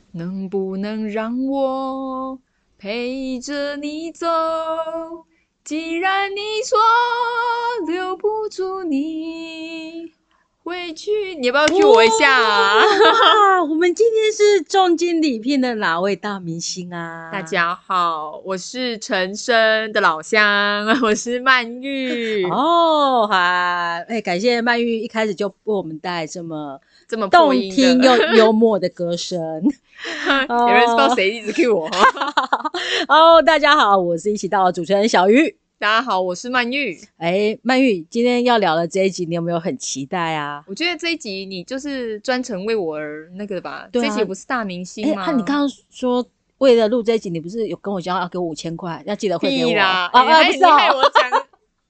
能不能让我陪着你走？既然你说留不住你回去，你要不要 cue 我一下啊？ 哇，我们今天是重金礼聘的哪位大明星啊？ 大家好，我是陈升的老乡，我是曼玉。 哦，嗨，感谢曼玉一开始就为我们带来这么这么破音动听的， 又幽默的歌声。 有人不知道谁一直 cue 我。 哦，大家好，我是一起到的主持人小鱼。 大家好，我是曼玉。 曼玉，今天要聊的这一集，你有没有很期待啊？ 我觉得这一集你就是专程为我而那个的吧？ 对啊， 这一集不是大明星吗？ 你刚刚说为了录这一集，你不是有跟我讲要给我5000块，要记得汇给我啦！ 不是你害我讲。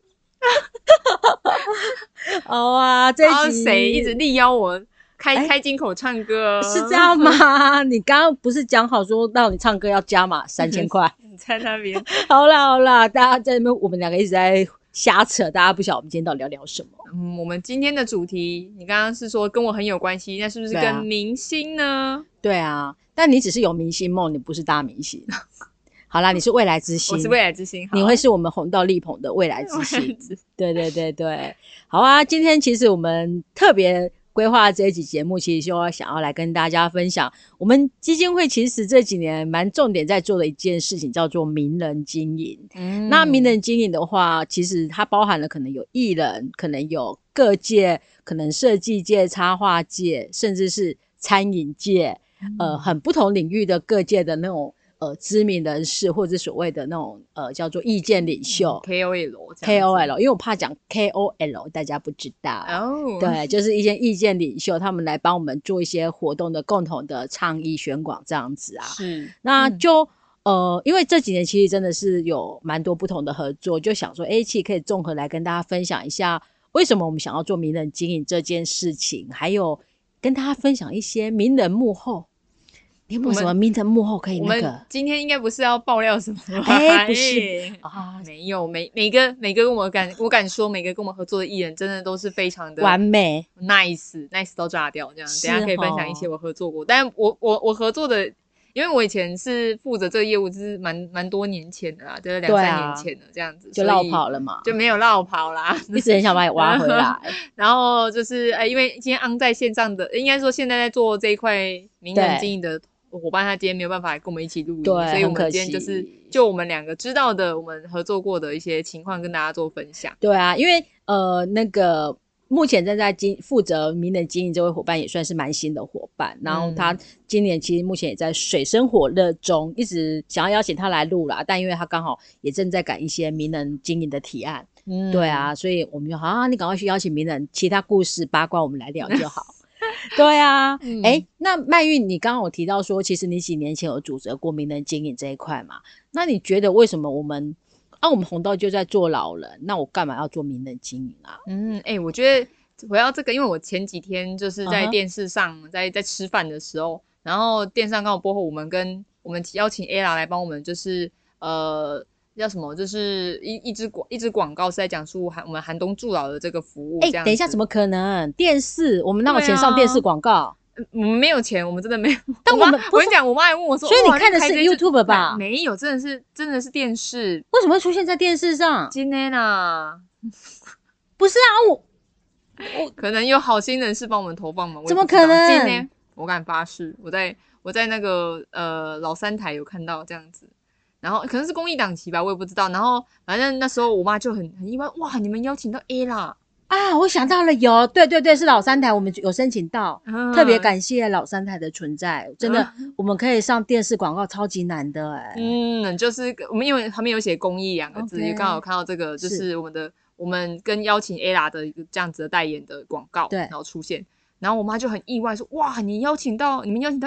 好啊，这一集谁一直力邀我开金口唱歌？ 是这样吗？你刚刚不是讲好说让你唱歌要加码3000块？ 你在那边。 好啦，大家在那边，我们两个一直在瞎扯，大家不晓得我们今天到底要聊什么。 我们今天的主题，你刚刚是说跟我很有关系，那是不是跟明星呢？ 对啊，但你只是有明星梦，你不是大明星。好啦，你是未来之星， 我是未来之星， 你会是我们红到力捧的未来之星。对，好啊，今天其实我们特别规划这一集节目，其实就想要来跟大家分享，我们基金会其实这几年蛮重点在做的一件事情，叫做名人经营。那名人经营的话，其实它包含了可能有艺人，可能有各界，可能设计界、插画界，甚至是餐饮界，很不同领域的各界的那种知名人士，或者所谓的那种叫做意见领袖、KOL，因为我怕讲 KOL 大家不知道对，就是一些意见领袖，他们来帮我们做一些活动的共同的倡议宣广这样子啊。 是， 那就因为这几年其实真的是有蛮多不同的合作，就想说其实可以综合来跟大家分享一下，为什么我们想要做名人经营这件事情，还有跟大家分享一些名人幕后。你有没有什么名人幕后可以那个？ 我们今天应该不是要爆料什么不是啊，没有，每个跟我敢说，每个跟我们合作的艺人真的都是非常的完美 ，nice 都炸掉这样。等一下可以分享一些我合作过，但我合作的，因为我以前是负责这个业务，就是蛮多年前的啦，就是2-3年前的这样子， 就落跑了嘛， 就没有落跑啦， 一直很想把你挖回来。 然后就是因为今天昂在线上的，应该说现在在做这一块名人经营的伙伴，他今天没有办法跟我们一起录音，所以我们今天就我们两个知道的，我们合作过的一些情况跟大家做分享。 对啊，因为那个目前正在负责名人经营这位伙伴也算是蛮新的伙伴，然后他今年其实目前也在水深火热中，一直想要邀请他来录啦，但因为他刚好也正在赶一些名人经营的提案，对啊，所以我们就好你赶快去邀请名人，其他故事八卦我们来聊就好。对啊，那曼玉，你刚刚有提到说，其实你几年前有主责过名人经营这一块嘛？那你觉得为什么我们红道就在做老人，那我干嘛要做名人经营啊？ 我觉得回到这个，因为我前几天就是在电视上在吃饭的时候，然后电视上刚好播后，我们邀请 Ella 来帮我们，就是叫什么？就是一支广告是在讲述我们寒冬助老的这个服务。 等一下，怎么可能？电视我们哪有钱上电视广告？ 我们没有钱，我们真的没有。 但我跟你讲，我妈还问我说， 所以你看的是 YouTube 吧？ 没有，真的是电视。 为什么会出现在电视上？ 今天啊， 不是啊， 我可能有好心人士帮我们投放嘛？ 怎么可能？ 今天我敢发誓，我在那个老三台有看到这样子。然后可能是公益档期吧，我也不知道。然后反正那时候我妈就很意外，哇，你们邀请到 Ella 啊！我想到了，有，对，是老三台，我们有申请到，特别感谢老三台的存在，真的，我们可以上电视广告，超级难的就是我们因为他们有写公益2个字，也刚好看到这个，就是我们跟邀请 Ella 的一个这样子的代言的广告， 对， 然后出现。然后我妈就很意外说，哇，你们邀请到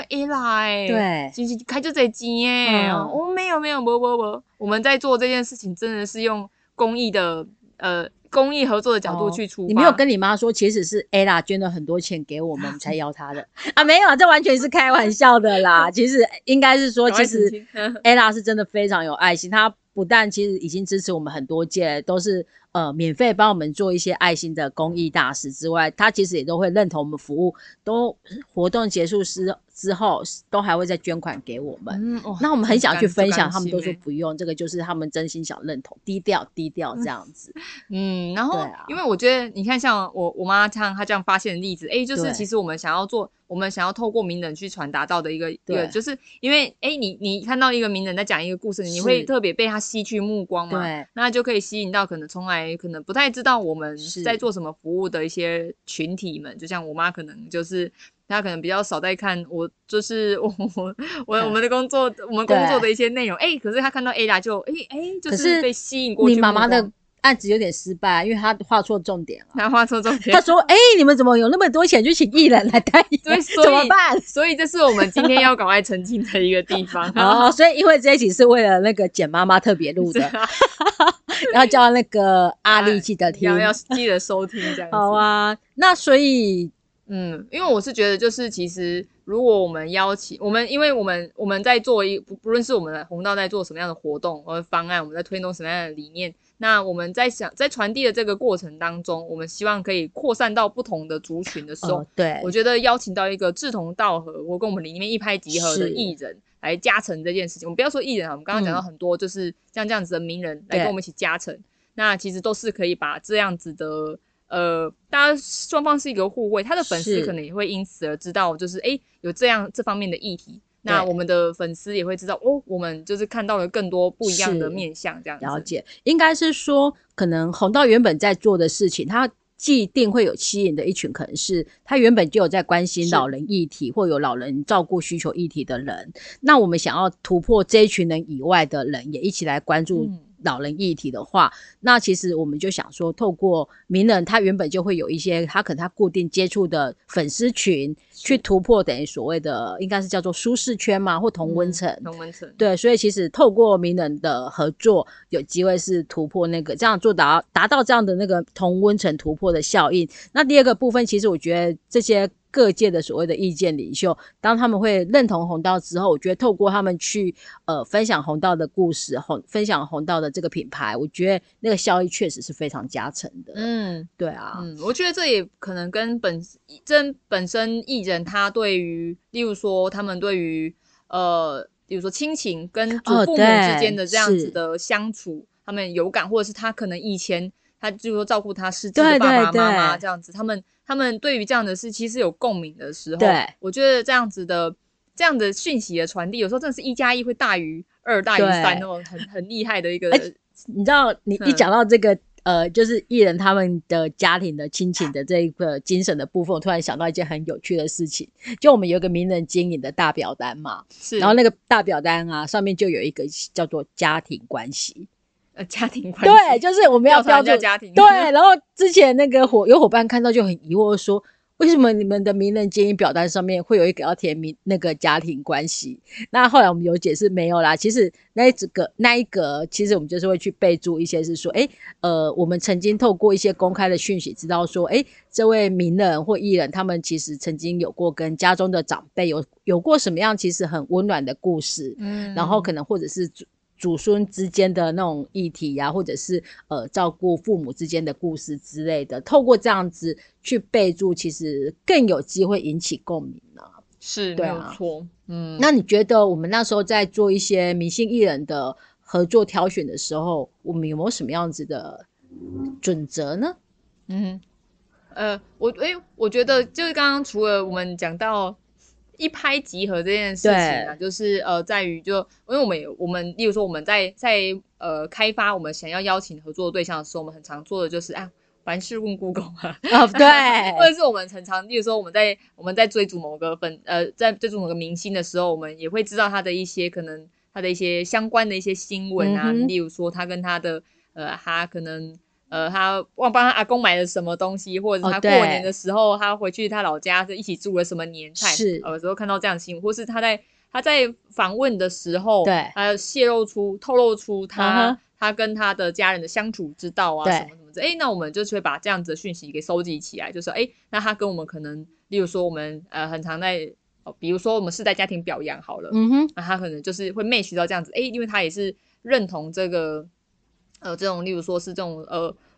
Ella 对， 开就这钱没有不，我们在做这件事情真的是用公益合作的角度去出发。 你没有跟你妈说，其实是 Ella 捐了很多钱给我们才邀她的啊？没有啊，这完全是开玩笑的啦。其实应该是说，其实 Ella 是真的非常有爱心，她不但其实已经支持我们很多届，都是免费帮我们做一些爱心的公益大使之外，他其实也都会认同我们服务，都活动结束之后都还会再捐款给我们。那我们很想去分享，他们都说不用，这个就是他们真心想认同，低调这样子。 然后因为我觉得你看像我妈她这样发现的例子，就是其实我们想要透过名人去传达到的一个就是因为你看到一个名人在讲一个故事，你会特别被他吸去目光嘛，对，那就可以吸引到可能从来可能不太知道我们在做什么服务的一些群体们，就像我妈可能就是他可能比较少在看我就是我们的工作我们工作的一些内容，可是他看到 Ella 就就是被吸引过去。 你妈妈的案子有点失败，因为他画错重点了。 他画错重点， 他说你们怎么有那么多钱去请艺人来代言？对，怎么办？ 所以这是我们今天要赶快澄清的一个地方。 所以因为这一集是为了那个简妈妈特别录的，然后叫那个阿丽记得听， 要记得收听这样子。 好啊，那所以因为我是觉得就是其实如果我们邀请因为我们在做不论是我们的弘道在做什么样的活动或者方案，我们在推动什么样的理念，那我们在传递的这个过程当中，我们希望可以扩散到不同的族群的时候， 对， 我觉得邀请到一个志同道合或跟我们里面一拍即合的艺人来加成这件事情。我们不要说艺人我们刚刚讲到很多就是像这样子的名人来跟我们一起加成，那其实都是可以把这样子的大家双方是一个互惠，他的粉丝可能也会因此而知道就是有这方面的议题，那我们的粉丝也会知道我们就是看到了更多不一样的面向这样子。 了解，应该是说可能弘道原本在做的事情，他既定会有吸引的一群，可能是他原本就有在关心老人议题或有老人照顾需求议题的人，那我们想要突破这一群人以外的人也一起来关注老人议题的话，那其实我们就想说透过名人他原本就会有一些他可能他固定接触的粉丝群去突破等于所谓的应该是叫做舒适圈嘛，或同温层，对，所以其实透过名人的合作有机会是突破那个这样做达到这样的那个同温层突破的效应。那第二个部分其实我觉得这些各界的所谓的意见领袖，当他们会认同弘道之后，我觉得透过他们去分享弘道的故事，分享弘道的这个品牌，我觉得那个效益确实是非常加成的。对啊， 我觉得这也可能跟本身艺人他对于例如说他们对于比如说亲情跟祖父母之间的这样子的相处，他们有感，或者是他可能以前他就是说照顾他失智的爸爸妈妈这样子，他们对于这样的事其实有共鸣的时候，我觉得这样的讯息的传递，有时候真的是1+1会大于2大于3那种很厉害的一个。 你知道你一讲到这个就是艺人他们的家庭的亲情的这一个精神的部分，我突然想到一件很有趣的事情，就我们有一个名人经营的大表单嘛，然后那个大表单啊上面就有一个叫做家庭关系。 家庭关系， 对，就是我们要标注家庭。 对，然后之前那个有伙伴看到就很疑惑说，为什么你们的名人建议表单上面会有一个要填那个家庭关系？那后来我们有解释没有啦，其实那一个其实我们就是会去备注一些是说我们曾经透过一些公开的讯息知道说这位名人或艺人他们其实曾经有过跟家中的长辈有过什么样其实很温暖的故事，然后可能或者是祖孙之间的那种议题啊，或者是照顾父母之间的故事之类的，透过这样子去备注，其实更有机会引起共鸣啊。 是，对啊，没有错。 那你觉得我们那时候在做一些明星艺人的合作挑选的时候，我们有没有什么样子的准则呢？ 我觉得就是刚刚除了我们讲到一拍即合这件事情啊，就是在于就因为我们例如说我们在开发我们想要邀请合作的对象的时候，我们很常做的就是凡事问 Google 对， 或者是我们很常例如说我们在追逐某个在追逐某个明星的时候，我们也会知道他的一些可能他的一些相关的一些新闻啊，例如说他跟他的他可能他忘帮他阿公买了什么东西，或者是他过年的时候他回去他老家一起煮了什么年菜，有时候看到这样的新闻，或是他在访问的时候，对，透露出他跟他的家人的相处之道啊，什么什么的，那我们就会把这样子的讯息给收集起来，就是那他跟我们可能例如说我们很常在比如说我们世代家庭表扬好了，那他可能就是会 match 到这样子，因为他也是认同这个这种例如说是这种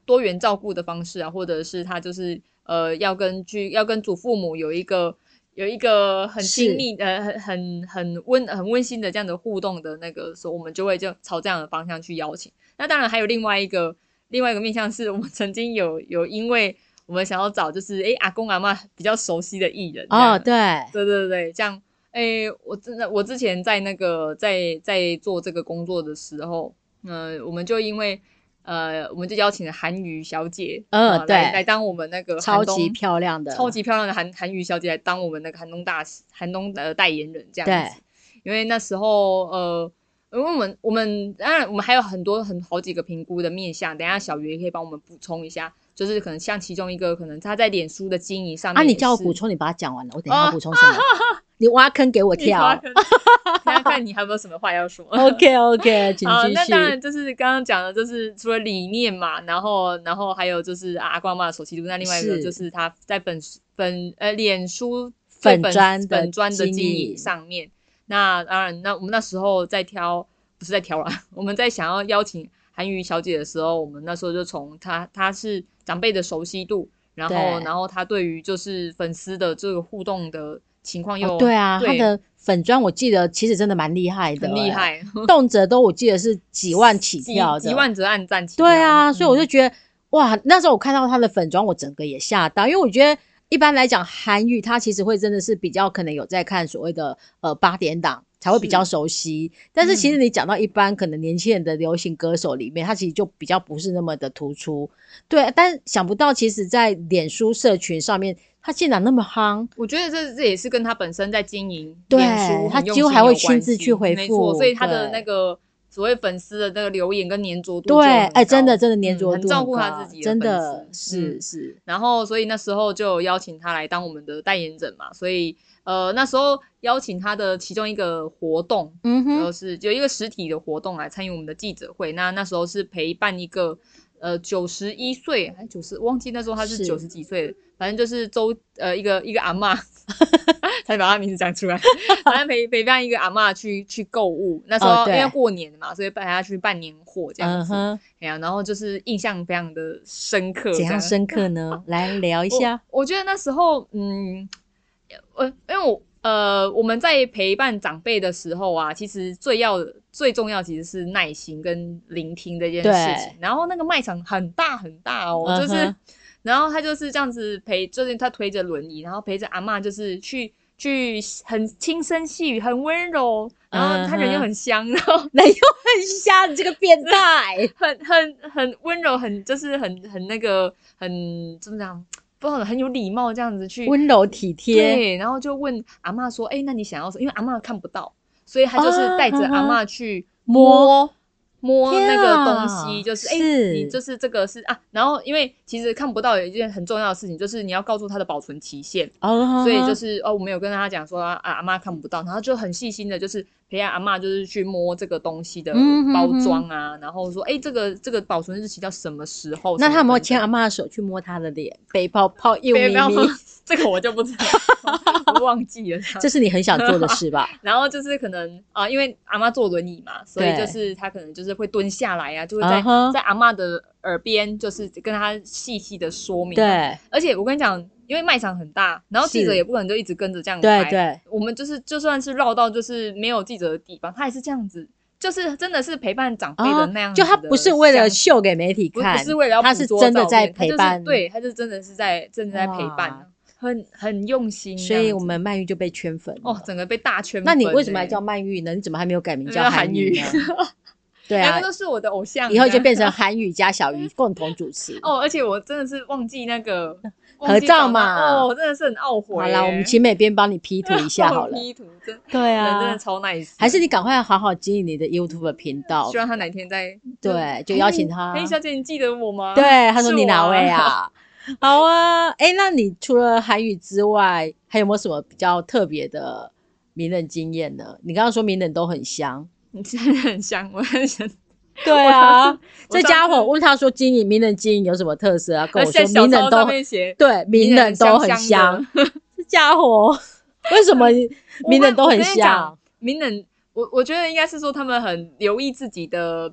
多元照顾的方式啊，或者是他就是要跟祖父母有一个很亲密的、很温馨的这样的互动的那个时候，我们就会就朝这样的方向去邀请。那当然还有另外一个面向是，我们曾经有因为我们想要找就是阿公阿嬷比较熟悉的艺人哦，对这样我之前在那个在做这个工作的时候，我们就因为我们就邀请了韩瑜小姐， 对， 来当我们那个超级漂亮的韩瑜小姐来当我们那个寒冬的代言人这样子。因为那时候因为我们当然我们还有好几个评估的面向，等一下小鱼也可以帮我们补充一下，就是可能像其中一个可能他在脸书的经营上面你叫我补充，你把它讲完了，我等一下要补充什么？你挖坑给我跳， 看看你还有没有什么话要说。 OK， 请继续。 那当然就是刚刚讲的，就是除了理念嘛，然后还有就是阿公阿嬷的手机度，那另外一个就是他在脸书粉专的经营上面。那当然，那我们那时候不是在挑啦，我们在想要邀请韩瑜小姐的时候，我们那时候就从她是长辈的熟悉度，然后她对于就是粉丝的这个互动的情况又对啊，他的粉专我记得其实真的蛮厉害的， 很厉害， 动辄都我记得是几万起跳的， 几万则按赞起跳。 对啊，所以我就觉得哇，那时候我看到他的粉专，我整个也吓到，因为我觉得一般来讲韩语他其实会真的是比较可能有在看所谓的8点档才会比较熟悉，但是其实你讲到一般可能年轻人的流行歌手里面，他其实就比较不是那么的突出。对，但想不到其实在脸书社群上面他竟然那么夯。 我觉得这也是跟他本身在经营脸书他几乎还会亲自去回复， 没错，所以他的那个所谓粉丝的那个留言跟黏着度对，真的黏着度很照顾他自己的粉丝， 真的是然后所以那时候就邀请他来当我们的代言人嘛，所以那时候邀请他的其中一个活动，就是有一个实体的活动来参与我们的记者会。那时候是陪伴一个91岁还90，忘记那时候他是90几岁的，反正就是一个阿嬷才把他名字讲出来，反正陪伴一个阿嬷去购物。那时候因为过年嘛，所以带他去办年货这样子。然后就是印象非常的深刻。 怎样深刻呢？来聊一下。 我觉得那时候因为我们在陪伴长辈的时候啊，其实最重要其实是耐心跟聆听这件事情。然后那个卖场很大很大哦，就是然后他就是这样子就是他推着轮椅，然后陪着阿嬷就是去很轻声细语，很温柔，然后他人又很香，然后人又很香，你这个变态， 很温柔，就是很那个很怎么讲？不知道很有礼貌这样子去温柔体贴， 对，然后就问阿嬷说：“那你想要什么？”因为阿嬷看不到，所以他就是带着阿嬷去摸那个东西，就是你就是这个是啊。然后因为其实看不到有一件很重要的事情，就是你要告诉他的保存期限，所以就是我们有跟他讲说阿嬷看不到，然后就很细心的，就是陪阿嬷就是去摸这个东西的包装啊，然后说这个保存日期到什么时候？ 那他有没有牵阿嬷的手去摸她的脸，背泡泡又咪咪？ 这个我就不知道，我忘记了。 这是你很想做的事吧？ 然后就是可能因为阿嬷坐轮椅嘛，所以就是他可能就是会蹲下来啊，就会在阿嬷的耳边就是跟他细细的说明。 对， 而且我跟你讲，因为卖场很大，然后记者也不可能就一直跟着这样拍。 对， 我们就是就算是绕到就是没有记者的地方，他也是这样子。就是真的是陪伴长辈的那样子的， 就他不是为了秀给媒体看， 不是为了要他是真的在陪伴， 对，他是真的是在陪伴，很用心。 所以我们曼玉就被圈粉了， 整个被大圈粉。 那你为什么还叫曼玉呢？你怎么还没有改名叫韩语呢？对啊， 都是我的偶像， 以后就变成韩语加小鱼共同主持。 而且我真的是忘记那个合照嘛， 真的是很懊悔。 好啦，我们请美编帮你 P 图一下好了。 P 图对啊， 真的超 nice。 还是你赶快好好经营你的 YouTube 频道， 希望他哪天再对，就邀请他。 小姐，你记得我吗？ 对，他说你哪位啊？好啊，那你除了韩语之外，还有没有什么比较特别的名人经验呢？你刚刚说名人都很香， 你真的很香，我很想。 对啊，这家伙问他说名人经营有什么特色啊？跟我说名人都对，名人都很香。这家伙为什么名人都很香？ 名人，我觉得应该是说他们很留意自己的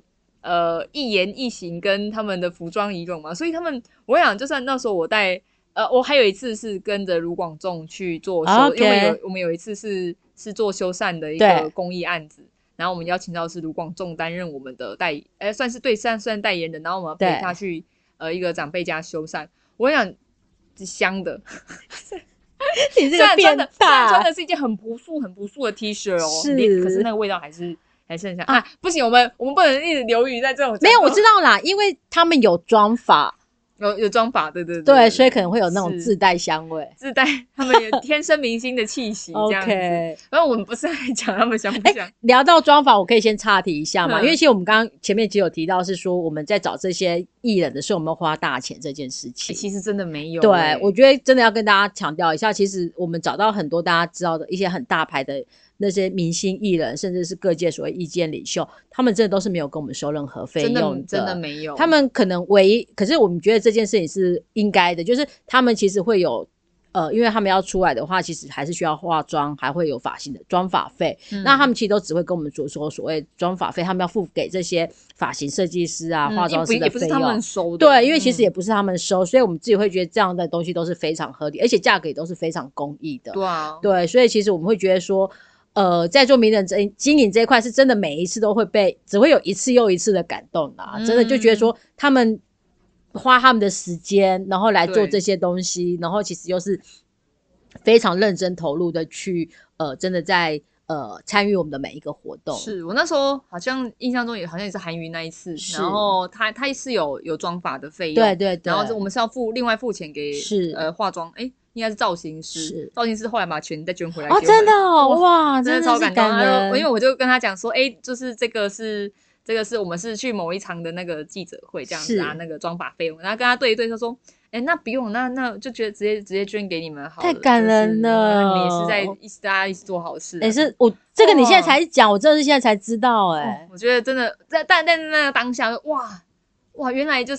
一言一行跟他们的服装仪容嘛，所以他们我想就算那时候我带我还有一次是跟着卢广仲去做修，因为我们有一次是做修缮的一个公益案子，然后我们邀请到是卢广仲担任我们的算是对算代言人，然后我们陪他去一个长辈家修缮，我想香的。 你这个变态， 穿的是一件很朴素的 T 恤哦，可是那个味道还是很香啊！不行，我们不能一直流于在这种。 没有，我知道啦，因为他们有妆法。 有妆法，对， 所以可能会有那种自带香味， 自带他们有天生明星的气息这样子。然后我们不是来讲他们香不香？ 聊到妆法，我可以先岔题一下嘛，因为其实我们刚刚前面其实有提到是说我们在找这些艺人的时候，我们花大钱这件事情， 其实真的没有。 对，我觉得真的要跟大家强调一下，其实我们找到很多大家知道的一些很大牌的那些明星艺人，甚至是各界所谓意见领袖，他们真的都是没有跟我们收任何费用的， 真的没有。 他们可能可是我们觉得这件事情是应该的，就是他们其实会有因为他们要出来的话，其实还是需要化妆，还会有发型的妆发费。那他们其实都只会跟我们说所谓妆发费，他们要付给这些发型设计师啊、化妆师的费用， 也不是他们收的。 对，因为其实也不是他们收，所以我们自己会觉得这样的东西都是非常合理，而且价格也都是非常公益的。 对啊， 对，所以其实我们会觉得说。在做名人经营这一块，是真的每一次都会只会有一次又一次的感动啦。真的就觉得说，他们花他们的时间，然后来做这些东西，然后其实又是非常认真投入的去，真的在参与我们的每一个活动。 是我那时候好像印象中好像也是韩娱那一次，然后他是有妆发的费用， 对， 然后我们是要另外付钱给化妆，应该是造型师，造型师后来把钱再捐回来给我们。 真的哇， 真的超感动。 因为我就跟他讲说，就是这个是我们是去某一场的那个记者会这样子啊，那个妆发费用，然后跟他对一对，他说，那不用，那就觉得直接捐给你们好了。 太感人了， 你也是大家一起做好事。 是我这个你现在才讲，我真的是现在才知道我觉得真的但那个当下哇，原来就是。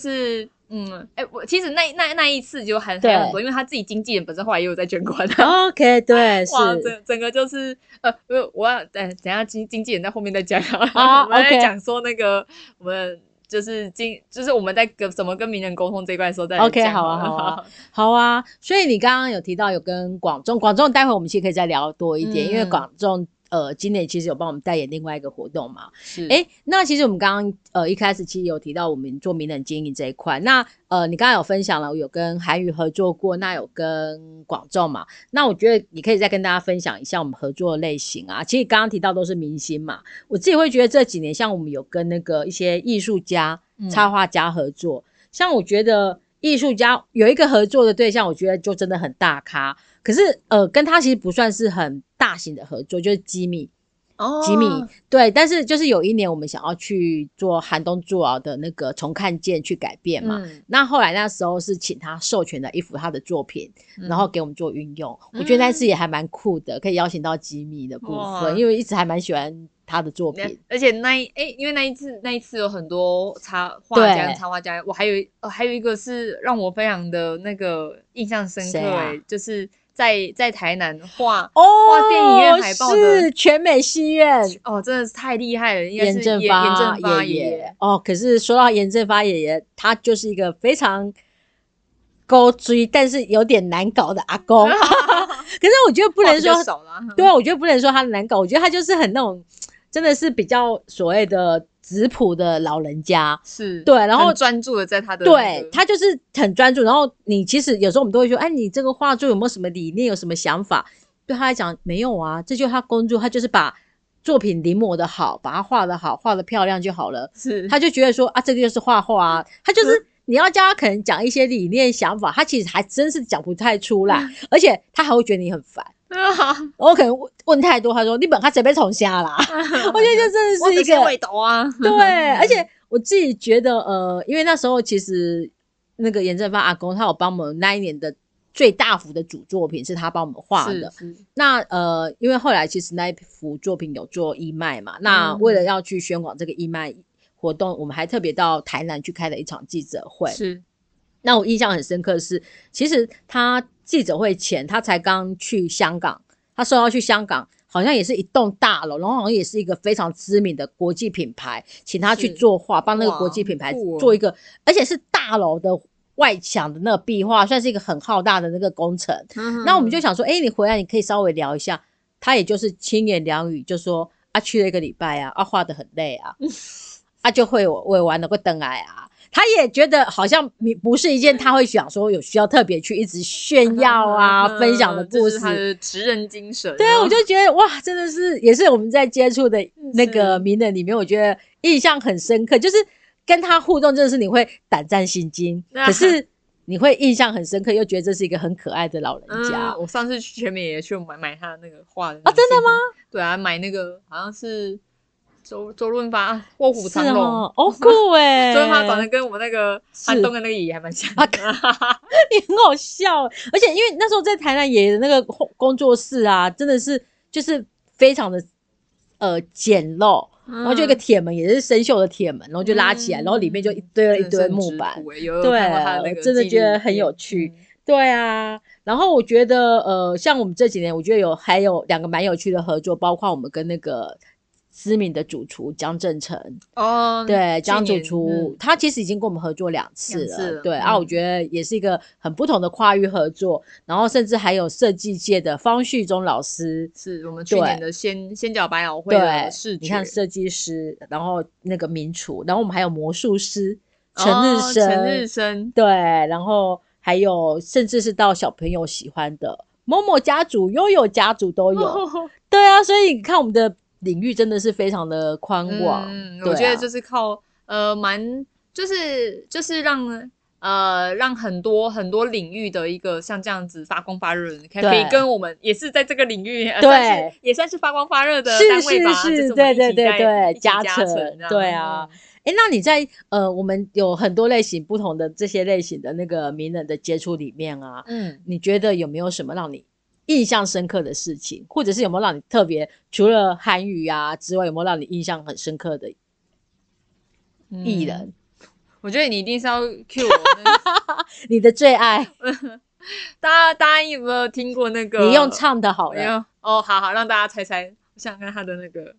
我其实那一次就还有很多，因为他自己经纪人本身后来也有在捐款。 OK， 对， 哇，整个就是我要等一下经纪人在后面再讲我们在讲说那个我们就是我们在怎么跟名人沟通这一块的时候再讲。 OK， 好啊。所以你刚刚有提到有跟广仲，待会我们其实可以再聊多一点，因为广仲。今年其实有帮我们代言另外一个活动嘛？ 是。 那其实我们刚刚一开始其实有提到我们做名人经营这一块。那你刚刚有分享了，有跟韩娱合作过，那有跟广仲嘛？那我觉得你可以再跟大家分享一下我们合作的类型啊。其实刚刚提到都是明星嘛，我自己会觉得这几年像我们有跟那个一些艺术家、插画家合作，像我觉得艺术家有一个合作的对象，我觉得就真的很大咖。可是跟他其实不算是很大型的合作，就是吉米对，但是就是有一年我们想要去做寒冬筑熬的那个重看见去改变嘛，那后来那时候是请他授权的一幅他的作品，然后给我们做运用，我觉得那次也还蛮酷的，可以邀请到吉米的部分，因为一直还蛮喜欢他的作品， 而且因为那一次有很多插画家，我还有一个是让我非常的那个印象深刻，就是在台南画电影院海报的是全美戏院真的是太厉害了，应该是严正发爷爷可是说到严正发爷爷，他就是一个非常勾追但是有点难搞的阿公可是我觉得不能说对啊，我觉得不能说他难搞，我觉得他就是很那种真的是比较所谓的质朴的老人家， 是对，然后很专注的在他的对他就是很专注，然后你其实有时候我们都会说，你这个画作有没有什么理念，有什么想法？对他来讲没有啊，这就是他工作，他就是把作品临摹的好，把它画的好，画的漂亮就好了。 是， 他就觉得说这个就是画画啊，他就是你要叫他可能讲一些理念想法，他其实还真是讲不太出来，而且他还会觉得你很烦。我可能问太多，他说你本他准备重瞎啦我觉得就真的是一个味道啊对，而且我自己觉得因为那时候其实那个严正发阿公他有帮我们那一年的最大幅的主作品是他帮我们画的，那因为后来其实那一幅作品有做义卖嘛，那为了要去宣广这个义卖活动，我们还特别到台南去开了一场记者会。 是， 那我印象很深刻的是，其实他记者会前他才刚去香港，他说要去香港， 好像也是一栋大楼，然后好像也是一个非常知名的国际品牌，请他去作画，帮那个国际品牌做一个，而且是大楼的外墙的那个壁画，算是一个很浩大的那个工程。那我们就想说，你回来你可以稍微聊一下，他也就是轻言两语就说去了1个礼拜啊，画得很累啊，就会完了会回来啊。他也觉得好像不是一件他会想说有需要特别去一直炫耀啊分享的故事， 这是他的职人精神。 对啊，我就觉得哇，真的是也是我们在接触的那个名人里面，我觉得印象很深刻，就是跟他互动真的是你会胆战心惊，可是你会印象很深刻，又觉得这是一个很可爱的老人家。 我上次去全美也去买他的那个画的真的吗？ 对啊，买那个好像是周润发卧虎藏龙， 酷周润发长得跟我们那个韩东的那个爷爷还蛮像的。 你很好笑，而且因为那时候在台南爷爷的那个工作室啊，真的是就是非常的简陋，然后就一个铁门也是生锈的铁门，然后就拉起来，然后里面就一堆木板，对，真的觉得很有趣。对啊，然后我觉得像我们这几年，我觉得还有2个蛮有趣的合作，包括我们跟那个知名的主厨江正成对，江主厨他其实已经跟我们合作2次了，对我觉得也是一个很不同的跨域合作，然后甚至还有设计界的方旭中老师， 是我们去年的仙角百老汇的视觉， 你看设计师，然后那个名厨，然后我们还有魔术师陈日升，对，然后还有甚至是到小朋友喜欢的某某家族、悠悠家族都有，对啊，所以你看我们的领域真的是非常的宽广， 我觉得就是靠就是让很多领域的一个像这样子发光发热的人，可以跟我们也是在这个领域，对，也算是发光发热的单位吧， 是，对，加成，对啊。那你在我们有很多类型不同的这些类型的那个名人的接触里面啊，你觉得有没有什么让你印象深刻的事情，或者是有没有让你特别除了韩语啊之外，有没有让你印象很深刻的艺人？ 我觉得你一定是要 cue 我你的最爱。 大家有没有听过那个？ 你用唱的好了。 好，让大家猜猜。我想看他的那个，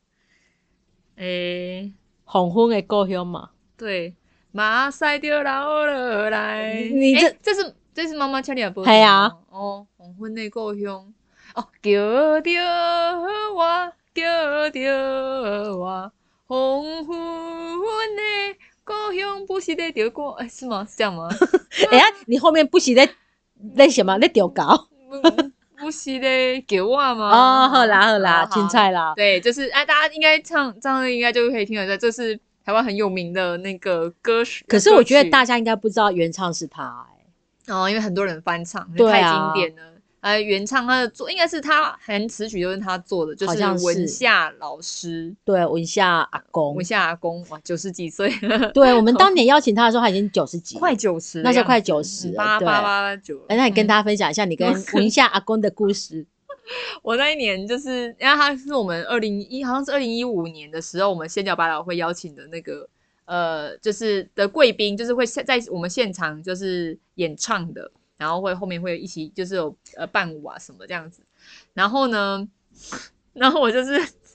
黄昏的故乡嘛。 对，马赛就老了来。 你这是妈妈腔里的播。 系啊。 黄昏的故乡。叫着我，叫着我，黄昏的故乡不是在钓歌，是吗？是这样吗？ 你后面不是在什么？在钓稿？ 不是在叫我吗？ 好啦，青菜啦。 对，就是大家应该唱这样应该就可以听得出来，这是台湾很有名的那个歌曲。 可是我觉得大家应该不知道原唱是他因为很多人翻唱，太经典了。原唱他的应该是他含词曲都是他做的，就是文夏老师，对， 文夏阿公， 哇，90几岁了。 对，我们当年邀请他的时候，他已经90几， 快90， 那时候快90了。 8889。 那你跟大家分享一下你跟文夏阿公的故事。 我那一年就是因为他是我们好像是2015年的时候，我们仙角百老汇邀请的那个就是的贵宾，就是会在我们现场就是演唱的。然后后面会一起就是有伴舞啊什么这样子，然后呢，然后我就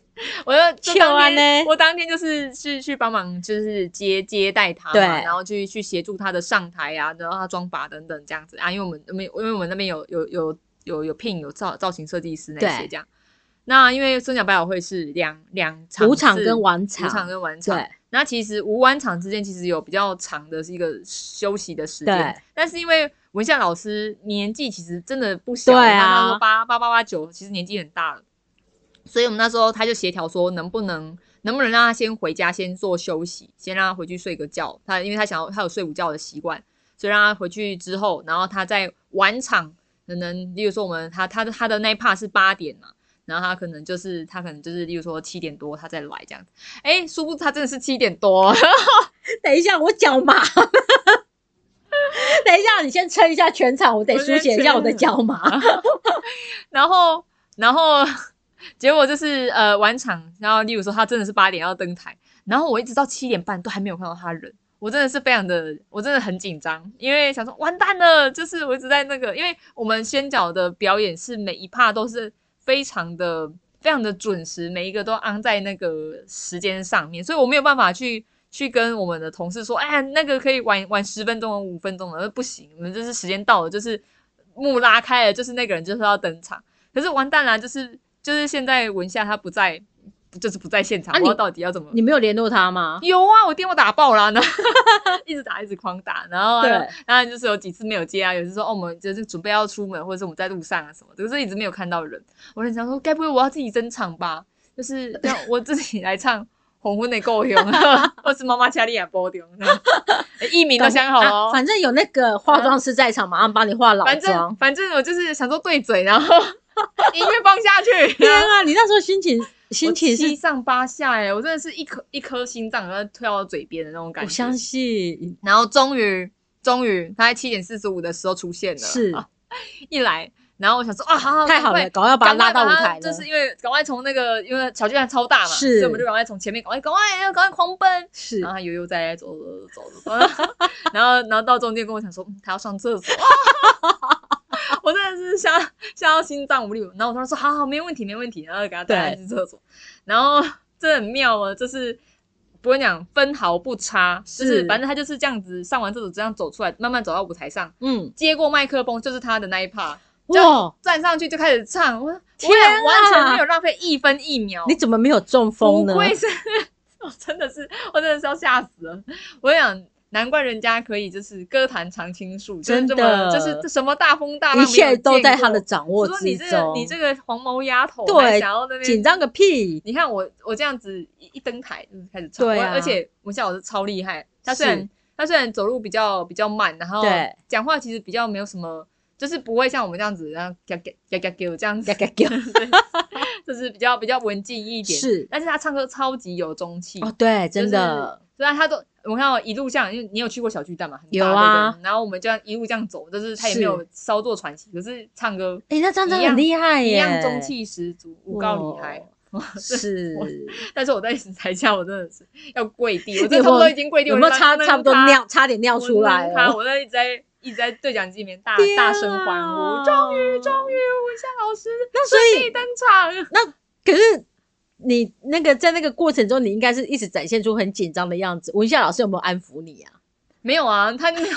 当天就是去帮忙，就是接待他嘛，然后去协助他的上台啊，然后他妆发等等这样子啊，因为我们那边有聘有造型设计师那些这样。那因为仙角百老汇是两场， 午场跟晚场， 对。那其实午晚场之间其实有比较长的是一个休息的时间，但是因为文夏老师年纪其实真的不小，他那时候8889，其实年纪很大了，所以我们那时候他就协调说能不能让他先回家先做休息，先让他回去睡个觉，因为他有睡午觉的习惯，所以让他回去之后，然后他在晚场可能例如说他的那一 part 是8点嘛。然后他可能就是例如说7点多他再来这样子，殊不知他真的是7点多。 等一下我脚麻。等一下你先撑一下全场，我得书写一下我的脚麻。 然后结果就是晚场，然后例如说他真的是8点要登台，然后我一直到7点半都还没有看到他人，我真的是我真的很紧张，因为想说完蛋了，就是我一直在那个，因为我们仙角的表演是每一 part 都是非常的非常的准时，每一个都安在那个时间上面，所以我没有办法去跟我们的同事说，哎，那个可以晚10分钟、5分钟的，不行，我们就是时间到了，就是幕拉开了，就是那个人就是要登场。可是完蛋啦，就是现在文夏他不在。就是不在现场，我到底要怎么？ 你没有联络他吗？ 有啊，我电话打爆了，然后一直打，一直狂打，然后当然就是有几次没有接啊，有时说我们就是准备要出门，或者是我们在路上啊什么的，可是一直没有看到人。我很想说，该不会我要自己登场吧？就是让我自己来唱《红昏的够用》，或是妈妈家里也播丢，艺名都想好了哦。 反正有那个化妆师在场，马上帮你化老妆。 反正我就是想说对嘴，然后音乐放下去。 天啊，你那时候心情是 7上8下我真的是一颗心脏要跳到嘴边的那种感觉。 我相信。 然后终于他在7:45的时候出现了， 是一来，然后我想说啊，好， 太好了，赶快要把他拉到舞台了， 就是因为赶快从那个，因为小巨蛋超大嘛， 是， 所以我们就赶快从前面赶快狂奔， 是， 然后他悠悠在走，然后到中间跟我讲说，他要上厕所。我真的是吓到心脏无力，然后我突然说好，没问题，然后给他带他去厕所，然后这很妙啊，就是不跟你讲分毫不差，就是反正他就是这样子上完厕所这样走出来，慢慢走到舞台上，接过麦克风就是他的那一 part， 哇，站上去就开始唱，我完全没有浪费1分1秒， 你怎么没有中风呢？ 不愧是，我真的是要吓死了，我想。难怪人家可以就是歌坛常青树， 真的就是什么大风大浪， 一切都在他的掌握之中。 你这个黄毛丫头， 对， 想要那边紧张个屁！ 你看我这样子一登台就是开始唱， 对啊， 而且文夏老师超厉害，他虽然走路比较慢，然后讲话其实比较没有什么，就是不会像我们这样子，然后这样子，就是比较文静一点。 是， 但是他唱歌超级有中气哦，对，真的。 虽然他都，我看我一路上，因为你有去过小巨蛋嘛，很大有啊。 然后我们就一路这样走，就是他也没有稍作喘息，可是唱歌， 那这样真的很厉害耶， 一样中气十足，无告厉害。 是， 但是我在台下，我真的是要跪地，我真的差不多已经跪地， 有没有差不多差点尿出来了？ 我一直在对讲机里面大声欢呼，终于文夏老师顺利登场。 那可是。你那个在那个过程中，你应该是一直展现出很紧张的样子。文夏老师有没有安抚你啊？ 没有啊，他没有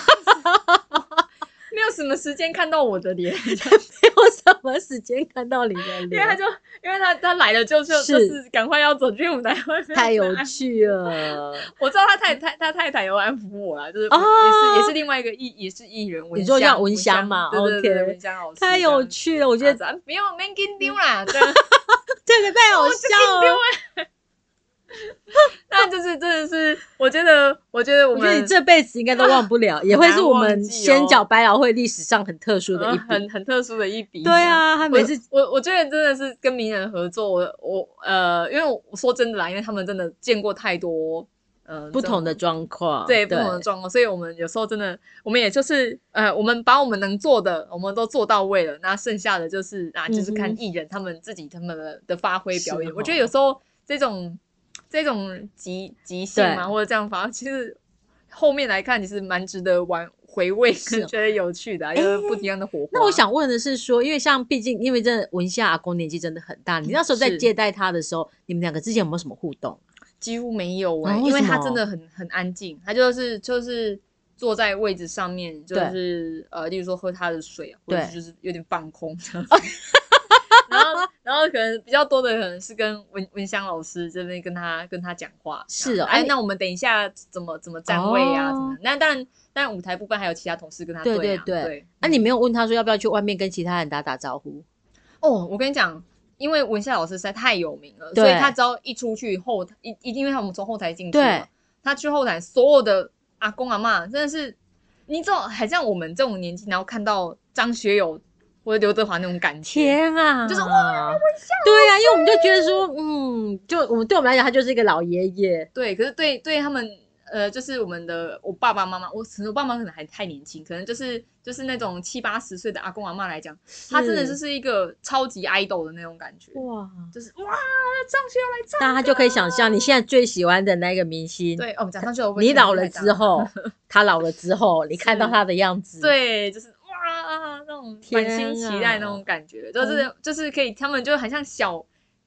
什么时间看到我的脸， 没有什么时间看到你的脸， 因为他来了就是赶快要走去舞台外面， 太有趣了。 我知道他太太有安抚我啦，就是也是另外一个也是艺人， 你说叫文香嘛？ 对，文香老师太有趣了，我觉得没紧张啦。 这个太好笑了， 那就是真的是，我觉得我们你这辈子应该都忘不了，也会是我们仙角百老汇历史上很特殊的一笔， 很特殊的一笔。 对啊，他每次我觉得真的是跟名人合作，因为我说真的啦，因为他们真的见过太多。 不同的状况， 对不同的状况，所以我们有时候真的，我们也就是我们把我们能做的，我们都做到位了，那剩下的就是就是看艺人他们的发挥表演。我觉得有时候这种即兴嘛，或者这样发，其实后面来看，其实蛮值得回味，觉得有趣的，就是不一样的火花。 那我想问的是说，因为毕竟真的文夏阿公年纪真的很大，你那时候在接待他的时候，你们两个之间有没有什么互动？ 几乎没有因为他真的很安静，他就是坐在位置上面，就是例如说喝他的水，或者就是有点放空这样子。然后可能比较多的可能是跟文香老师这边跟他讲话。 是哦， 那我们等一下怎么站位啊？怎么？那当然舞台部分还有其他同事跟他对。 那你没有问他说要不要去外面跟其他人打招呼？ 哦，我跟你讲。因为文夏老师实在太有名了，所以他只要一出去因为我们从后台进去嘛，他去后台所有的阿公阿嬷真的是，你知道，还像我们这种年纪，然后看到张学友或者刘德华那种感觉， 天啊， 就是哇，文夏， 对啊，因为我们就觉得说，就对我们来讲，他就是一个老爷爷， 对，可是对他们。就是我爸爸妈妈，我爸妈可能还太年轻，可能就是那种70、80岁的阿公阿嬷来讲，他真的就是一个超级 idol 的那种感觉，哇，就是哇，张学友来唱， 大家就可以想象你现在最喜欢的那个明星， 对，讲张学友， 你老了之后，他老了之后，你看到他的样子， 对，就是哇，那种满心期待那种感觉，就是可以，他们就很像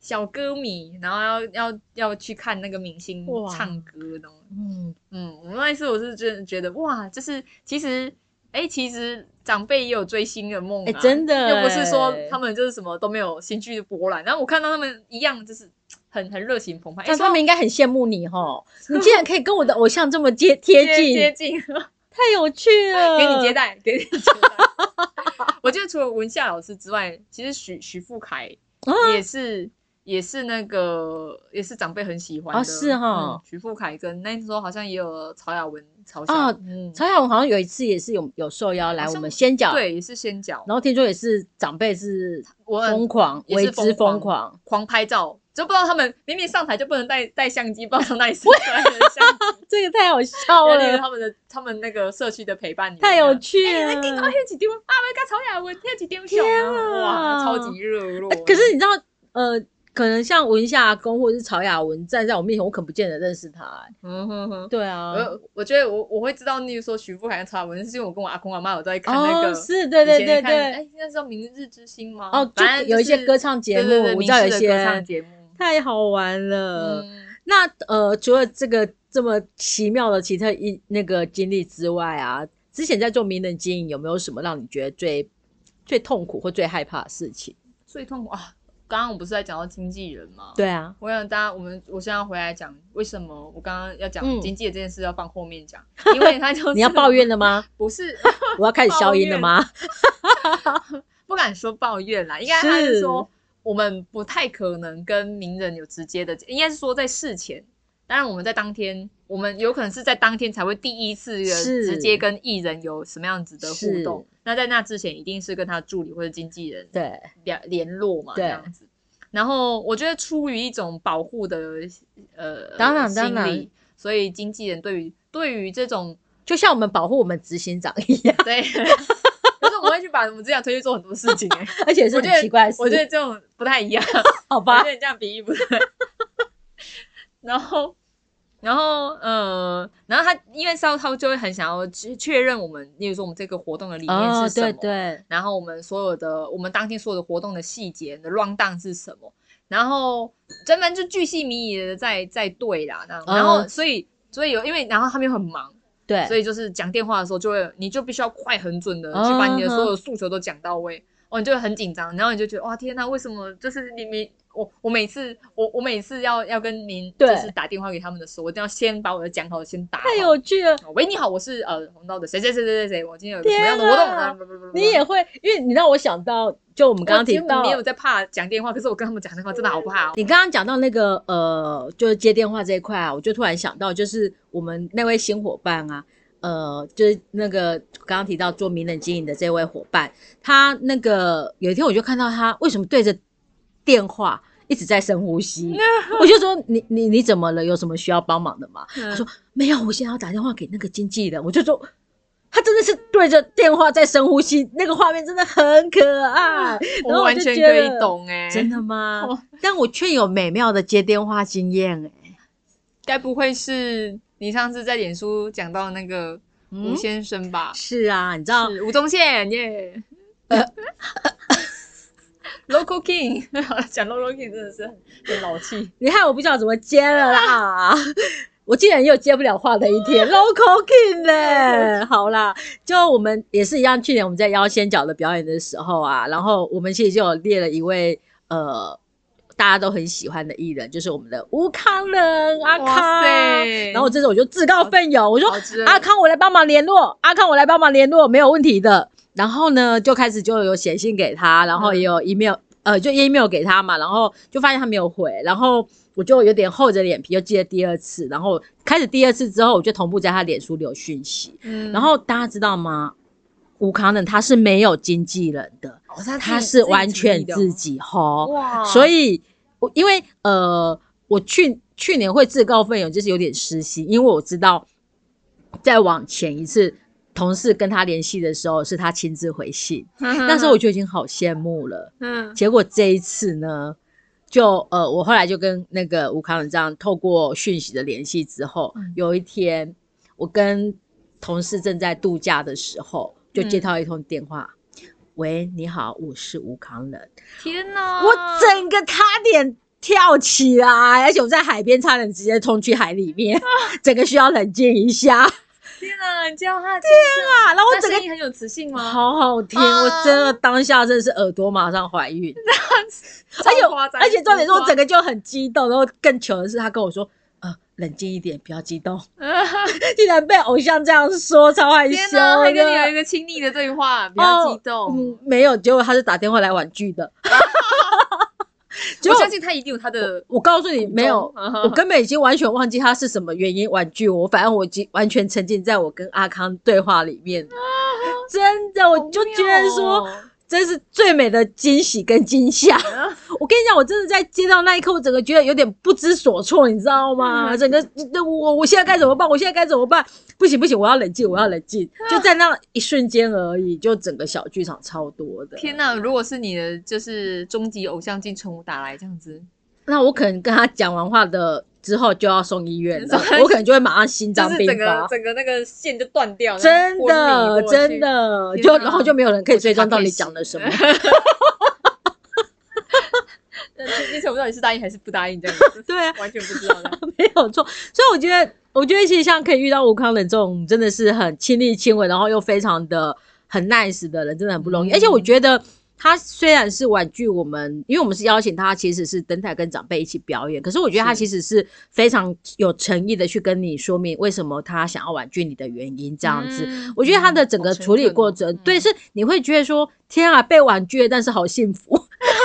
小歌迷，然后要去看那个明星唱歌那种。我那一次我是真的觉得哇，就是其实长辈也有追星的梦啊， 真的， 又不是说他们就是什么都没有兴趣的波澜。然后我看到他们一样，就是很热情澎湃。 但他们应该很羡慕你齁，你竟然可以跟我的偶像这么贴近，太有趣了。 给你接待。我觉得除了文夏老师之外，其实许富凯也是那个也是长辈很喜欢的。 是齁。 许富凯跟那时候好像也有曹雅文。 曹雅文好像有一次也是有受邀来我们仙角， 对，也是仙角。 然后听说也是长辈是疯狂，为之疯狂， 狂拍照，就不知道他们明明上台就不能带相机，不知道从哪里生出来的相机， 这个太好笑了。 他们那个社区的陪伴， 太有趣了。 给我那几张啊，我跟曹雅文那几张相，哇，超级热络。 可是你知道，可能像文夏公或者是曹雅文站在我面前，我可不见得认识他。对啊， 我觉得我会知道，例如说许富凯跟曹雅文，是因为我跟我阿公阿妈有在看那个， 是，对， 那叫明日之星吗？ 就有一些歌唱节目，我知道有一些歌唱节目， 太好玩了。那除了这个这么奇妙的奇特那个经历之外啊，之前在做名人经营，有没有什么让你觉得最痛苦或最害怕的事情？ 最痛苦啊！刚刚我不是在讲到经纪人吗？ 对啊， 我想我现在回来讲为什么我刚刚要讲经纪人这件事要放后面讲，因为他就是你要抱怨了吗？ 不是， 我要开始消音了吗？ 不敢说抱怨啦，应该他是说我们不太可能跟名人有直接的，应该是说在事前。当然我们在当天，我们有可能是在当天才会第一次直接跟艺人有什么样子的互动。那在那之前，一定是跟他助理或者经纪人联络嘛，这样子。然后我觉得出于一种保护的当然心理，所以经纪人对于这种就像我们保护我们执行长一样， 对。可是我们会去把我们这样推去做很多事情而且是很奇怪的事。 我觉得这种不太一样， 好吧？ 我觉得你这样比喻不对。然后他因为他就会很想要确认我们，例如说我们这个活动的理念是什么， 对， 然后我们当天所有的活动的细节的 run down 是什么，然后专门就巨细靡遗的在对啦，然后所以因为然后他们又很忙， 对， 所以就是讲电话的时候你就必须要快很准的去把你的所有诉求都讲到位，你就会很紧张，然后你就觉得哇天哪，为什么就是我每次要跟您就是打电话给他们的时候，我一定要先把我的讲好的先打好。 太有趣了！ 喂，你好，我是红道的谁，我今天有个什么样的活动？ 你也会，因为你让我想到，就我们刚刚提到， 没有在怕讲电话，可是我跟他们讲电话真的好怕。 你刚刚讲到那个就是接电话这一块啊，我就突然想到，就是我们那位新伙伴啊。就是那个刚刚提到做名人经营的这位伙伴，他那个有一天我就看到他为什么对着电话一直在深呼吸，我就说你怎么了？有什么需要帮忙的吗？他说没有，我现在要打电话给那个经纪人。我就说他真的是对着电话在深呼吸，那个画面真的很可爱。 我完全可以懂真的吗？但我却有美妙的接电话经验该不会是你上次在脸书讲到那个吴先生吧？ 是啊，你知道吴宗宪耶。Local King 讲 Local King 真的是很老气， 你看我不知道怎么接了啦。我竟然也有接不了话的一天，Local King 嘞。好啦，就我们也是一样，去年我们在邀仙角的表演的时候啊，然后我们其实就有列了一位大家都很喜欢的艺人，就是我们的吴康仁阿康。然后这次我就自告奋勇，我说阿康我来帮忙联络，没有问题的。然后呢就开始就有写信给他，然后也有 email 就 email 给他嘛，然后就发现他没有回，然后我就有点厚着脸皮就寄了第二次，然后开始第二次之后我就同步在他脸书留讯息。然后大家知道吗？吴康仁他是没有经纪人的，他是完全自己吼。所以因为我去年会自告奋勇就是有点失心，因为我知道再往前一次同事跟他联系的时候是他亲自回信，那时候我就已经好羡慕了。结果这一次呢就我后来就跟那个吴康仁这样透过讯息的联系之后，有一天我跟同事正在度假的时候就接到一通电话，喂，你好，我是吴康仁。 天哪， 我整个差点跳起来，而且我在海边差点直接冲去海里面，整个需要冷静一下。 天啊，你叫他的天啊，然后我整个声音很有磁性吗？ 好好听，我真的当下真的是耳朵马上怀孕，而且重点是我整个就很激动，然后更糗的是他跟我说冷静一点，不要激动。竟然被偶像这样说，超害羞的。天哪， 还跟你有一个亲昵的对话，不要激动。 没有，结果他是打电话来婉拒的。 我相信他一定有他的。 我告诉你，没有，我根本已经完全忘记他是什么原因婉拒我，反正我已经完全沉浸在我跟阿康对话里面。真的，我就觉得说。这是最美的惊喜跟惊吓。我跟你讲，我真的在接到那一刻，我整个觉得有点不知所措，你知道吗？整个我现在该怎么办？我现在该怎么办？不行不行，我要冷静，我要冷静。就在那一瞬间而已，就整个小剧场超多的。 天哪！如果是你的就是终极偶像金城武打来这样子， 那我可能跟他讲完话的之后就要送医院了，我可能就会马上心脏病发， 整个那个线就断掉， 真的真的，然后就没有人可以追踪到你讲了什么。 金城武到底是答应还是不答应这样子？ 对啊， 完全不知道的， 没有错。所以我觉得其实像可以遇到吴康仁这种真的是很亲力亲为，然后又非常的很 nice 的人，真的很不容易。而且我觉得。他虽然是婉拒我们，因为我们是邀请他其实是登台跟长辈一起表演，可是我觉得他其实是非常有诚意的去跟你说明为什么他想要婉拒你的原因这样子。我觉得他的整个处理过程，对，是你会觉得说天啊，被婉拒了，但是好幸福。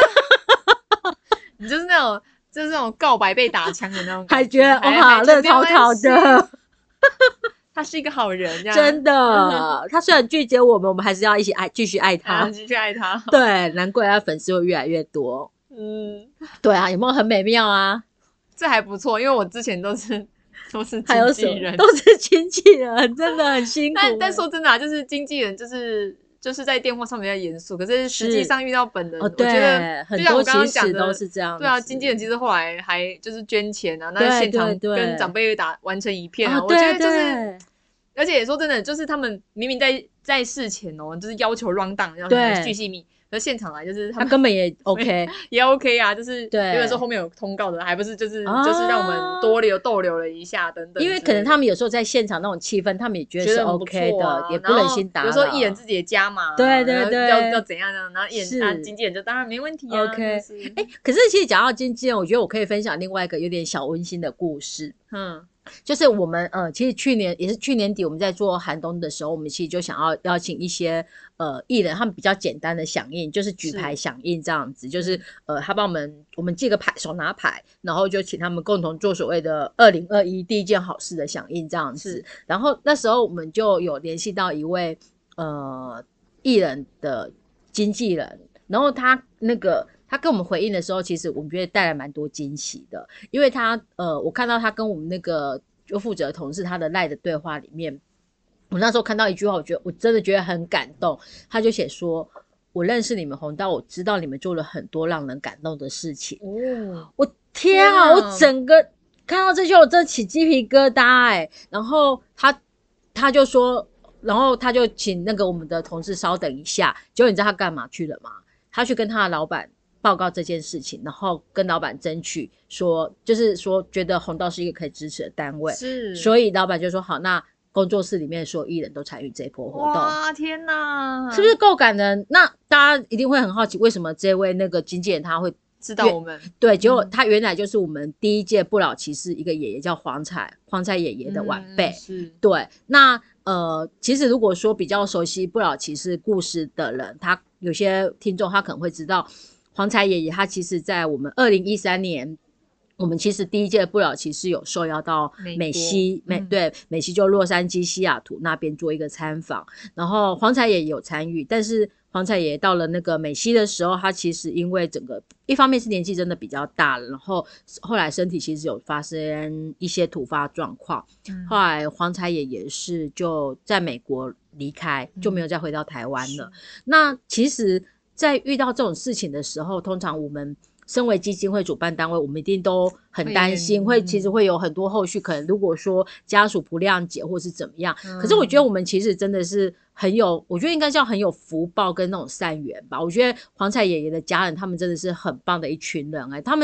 你就是那种告白被打枪的那种感觉， 还觉得哇乐淘淘的。 他是一个好人， 真的。他虽然拒绝我们还是要一起继续爱他， 继续爱他。 对，难怪他粉丝会越来越多。对啊，有没有很美妙啊？ 这还不错，因为我之前都是经纪人， 都是经纪人，真的很辛苦。 但说真的啊，就是经纪人就是在电话上面比较严肃，可是实际上遇到本人，我觉得就像我刚刚讲的都是这样。 对啊，经纪人其实后来还就是捐钱啊，那现场跟长辈完成一片啊，我觉得就是。而且说真的，就是他们明明在事前就是要求 run down， 要巨细密，可是现场来就是他根本也 OK， 也 OK 啊，就是有的时候后面有通告的，还不是就是让我们多逗留了一下等等。 因为可能他们有时候在现场那种气氛，他们也觉得是 OK 的，也不忍心打扰。 有时候艺人自己也加码， 对对对， 要怎样呢？然后经纪人就当然没问题啊。 OK， 可是其实讲到经纪人，我觉得我可以分享另外一个有点小温馨的故事。就是我们其实去年底我们在做寒冬的时候，我们其实就想要邀请一些艺人，他们比较简单的响应，就是举牌响应这样子，就是他帮我们借个牌，手拿牌，然后就请他们共同做所谓的2021第一件好事的响应这样子。然后那时候我们就有联系到一位艺人的经纪人，然后他跟我们回应的时候，其实我们觉得带来蛮多惊喜的，因为我看到他跟我们那个就负责的同事他的赖的对话里面，我那时候看到一句话，我真的觉得很感动。他就写说：“我认识你们红到，我知道你们做了很多让人感动的事情。”我天啊！我整个看到这句，我真的起鸡皮疙瘩然后他就说，然后他就请那个我们的同事稍等一下。结果你知道他干嘛去了吗？他去跟他的老板报告这件事情，然后跟老板争取说，就是说觉得红道是一个可以支持的单位， 是， 所以老板就说好，那工作室里面所有艺人都参与这一波活动。 哇，天哪， 是不是够感人？那大家一定会很好奇，为什么这位那个经纪人他会知道我们？ 对，结果他原来就是我们第一届不老骑士一个爷爷叫黄彩爷爷的晚辈。 是， 对，那其实如果说比较熟悉不老骑士故事的人，他有些听众他可能会知道。黄彩爷爷他其实在我们2013年，我们其实第一届不老骑士有受邀到美西，美西就洛杉矶西雅图那边做一个参访，然后黄彩爷爷有参与，但是黄彩爷爷到了那个美西的时候，他其实因为整个一方面是年纪真的比较大了，然后后来身体其实有发生一些突发状况，后来黄彩爷爷是就在美国离开，就没有再回到台湾了。那其实在遇到这种事情的时候，通常我们身为基金会主办单位，我们一定都很担心，其实会有很多后续可能，如果说家属不谅解或是怎么样。可是我觉得我们其实真的是我觉得应该叫很有福报跟那种善缘吧。我觉得黄彩爷爷的家人他们真的是很棒的一群人他们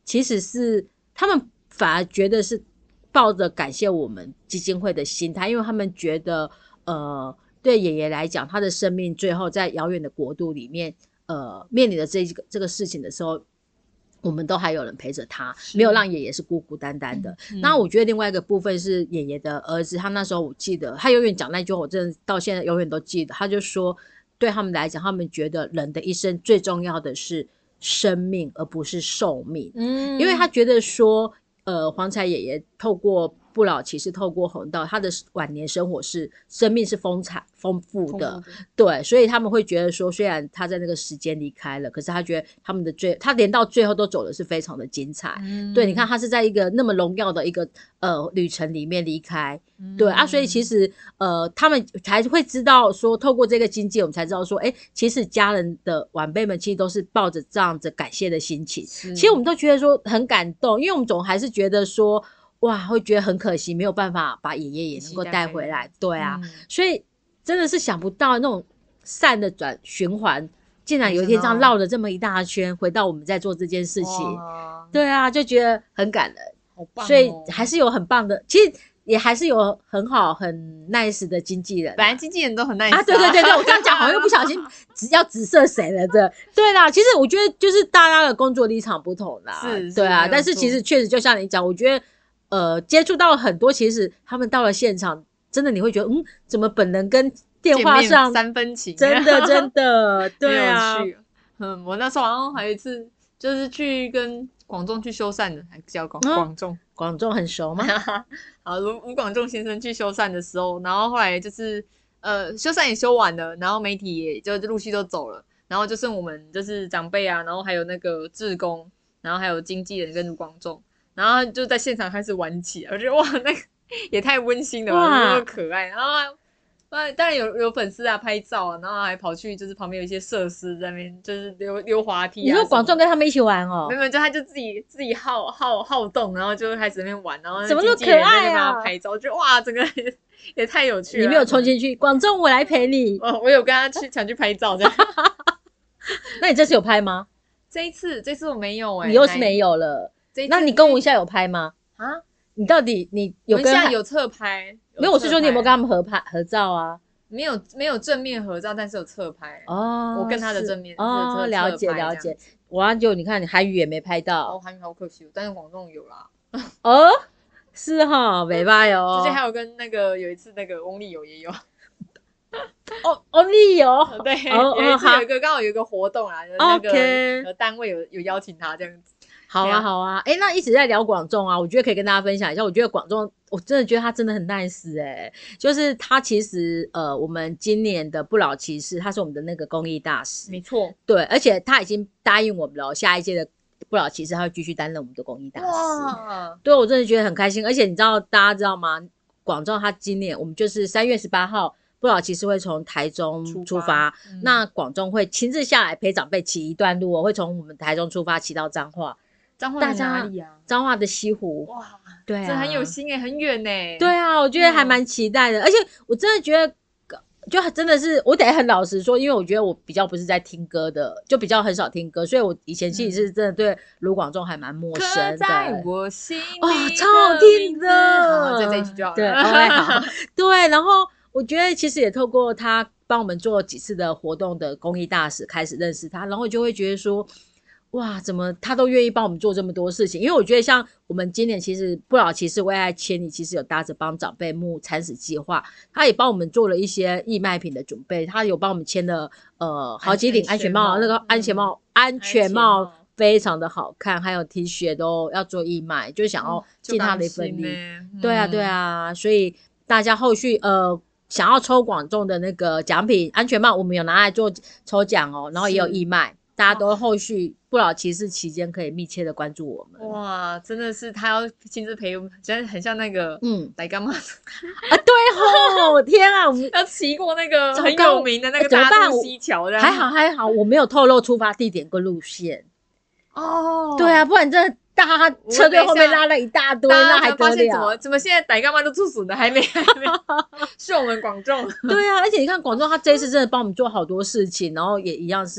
其实是他们反而觉得是抱着感谢我们基金会的心态，因为他们觉得对爷爷来讲，他的生命最后在遥远的国度里面面临的这个事情的时候，我们都还有人陪着他，没有让爷爷是孤孤单单的。那我觉得另外一个部分是爷爷的儿子，他那时候我记得他永远讲那句话，我真的到现在永远都记得，他就说对他们来讲，他们觉得人的一生最重要的是生命而不是寿命。因为他觉得说黄财爷爷透过不老骑士，透过弘道，他的晚年生活是生命是丰富的，对，所以他们会觉得说，虽然他在那个时间离开了，可是他觉得他连到最后都走的是非常的精彩。对，你看他是在一个那么荣耀的一个旅程里面离开，对啊，所以其实他们才会知道说，透过这个经济，我们才知道说，其实家人的晚辈们其实都是抱着这样子感谢的心情。其实我们都觉得说很感动，因为我们总还是觉得说，哇，会觉得很可惜，没有办法把爷爷也能够带回来，对啊，所以真的是想不到那种善的循环，竟然有一天这样绕了这么一大圈，回到我们在做这件事情，对啊，就觉得很感人， 好棒哦， 所以还是有很棒的，其实也还是有很好很 nice 的经纪人， 本来经纪人都很 nice 啊，对，我这样讲好像又不小心要指涉谁了，对啦，其实我觉得就是大家的工作立场不同啦，对啊，但是其实确实就像你讲，我觉得接触到很多，其实他们到了现场，真的你会觉得，怎么本人跟电话上 3分情， 真的，对啊， 我那时候好像还有一次，就是去跟广仲去修缮的，还叫广仲很熟吗？好，吴广仲先生去修缮的时候，然后后来就是修缮也修完了，然后媒体也就陆续都走了，然后就剩我们就是长辈啊，然后还有那个志工，然后还有经纪人跟吴广仲。然后就在现场开始玩起，我觉得哇，那个也太温馨了吧，那么可爱。然后当然有粉丝啊拍照啊，然后还跑去就是旁边有一些设施在那边，就是溜滑梯啊。 你说广仲跟他们一起玩哦？ 没有，就他就自己好动，然后就开始在那边玩，然后怎么那么可爱啊？ 拍照，我觉得哇，整个也太有趣了。 你没有冲进去，广仲我来陪你。 我有跟他想去拍照这样。 那你这次有拍吗？ 这一次我没有你又是没有了。那你跟吴一下有拍吗？ 啊， 你到底你有跟我们现在有侧拍？ 没有，我是说你有没有跟他们合照啊？ 没有正面合照，但是有侧拍哦。我跟他的正面哦，了解。哇，就你看，你韩语也没拍到哦，韩语好可惜，但是广仲有啦。 哦，是哈，没拍哦。 之前还有跟有一次那个翁立友也有。 翁立友对，有一次刚好有一个活动啦，那个单位有邀请他这样子。 好啊，那一直在聊广仲啊，我觉得可以跟大家分享一下。我觉得广仲，我真的觉得他真的很 nice 就是他其实我们今年的不老骑士，他是我们的那个公益大使， 没错， 对，而且他已经答应我们了，下一届的不老骑士他会继续担任我们的公益大使。对，我真的觉得很开心，而且你知道大家知道吗？广仲他今年我们就是3月18号。不老骑士会从台中出发，那广仲会亲自下来陪长辈骑一段路会从我们台中出发骑到彰化。 彰化哪里啊？ 彰化的西湖。 哇， 对啊， 这很有心很远对啊，我觉得还蛮期待的，而且我真的觉得，就真的是我得很老实说，因为我觉得我比较不是在听歌的，就比较很少听歌，所以我以前其实是真的对卢广仲还蛮陌生的。 刻在我心里超好听的。 好，这一句就好了。 对，好，对，然后。我觉得其实也透过他帮我们做几次的活动的公益大使开始认识他，然后就会觉得说，哇，怎么他都愿意帮我们做这么多事情？因为我觉得像我们今年其实不老骑士为爱千里，其实有搭着帮长辈募餐食计划，他也帮我们做了一些义卖品的准备，他有帮我们签了好几顶安全帽，那个安全帽非常的好看，还有 T 恤都要做义卖，就想要尽他的一份力。对啊，所以大家后续想要抽广仲的那个奖品安全帽，我们有拿来做抽奖哦，然后也有义卖，大家都后续不老骑士期间可以密切的关注我们。 哇，真的是他要亲自陪我们，真的很像那个来干嘛啊？对哦，天啊，我们要骑过那个很有名的那个大肚溪桥， 还好，我没有透露出发地点跟路线哦。 对啊，不然真的。大家车队后面拉了一大堆，那还得了？ 怎么现在逮干妈都出损的，还没是我们广仲。 对啊，而且你看广仲，他这一次真的帮我们做好多事情，然后也一样是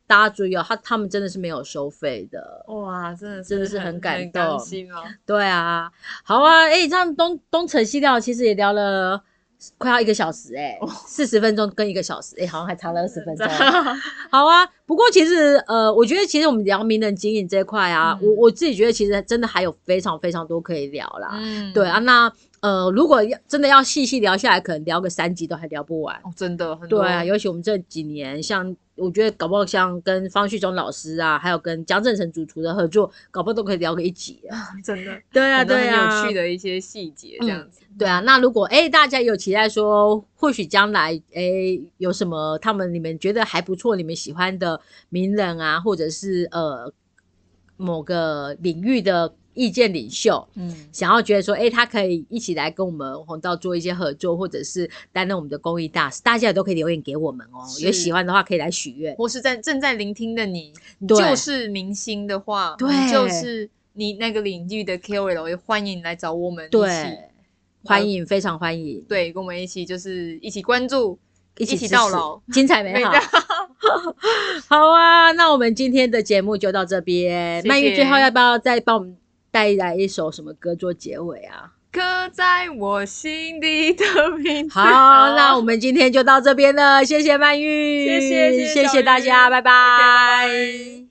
大家注意哦，他们真的是没有收费的。 哇，真的是很感动， 甘心哦。 对啊，好啊，这样东扯西聊，其实也聊了快要1个小时40分钟跟1个小时，好像还差了20分钟。好啊，不过其实我觉得其实我们聊名人经营这一块啊，我自己觉得其实真的还有非常非常多可以聊啦。对啊，那如果真的要细细聊下来，可能聊个3集都还聊不完。 真的很多。 对啊，尤其我们这几年，像我觉得搞不好像跟方旭中老师啊，还有跟江正成主厨的合作，搞不好都可以聊个1集真的。 对啊， 对啊，很有趣的一些细节这样子。 对啊，那如果大家有期待说，或许将来有什么你们觉得还不错，你们喜欢的名人啊，或者是某个领域的意见领袖，想要觉得说，他可以一起来跟我们弘道做一些合作，或者是担任我们的公益大使，大家也都可以留言给我们哦。有喜欢的话，可以来许愿， 或是正在聆听的你，就是明星的话， 对， 就是你那个领域的 KOL， 也欢迎来找我们一起。 对，欢迎，非常欢迎。 对，跟我们一起就是一起关注，一起到老， 精彩美好。好啊，那我们今天的节目就到这边。曼玉最后要不要再帮我们带来一首什么歌做结尾啊？ 刻在我心底的名字。 好，那我们今天就到这边了，谢谢曼玉，谢谢大家，拜拜。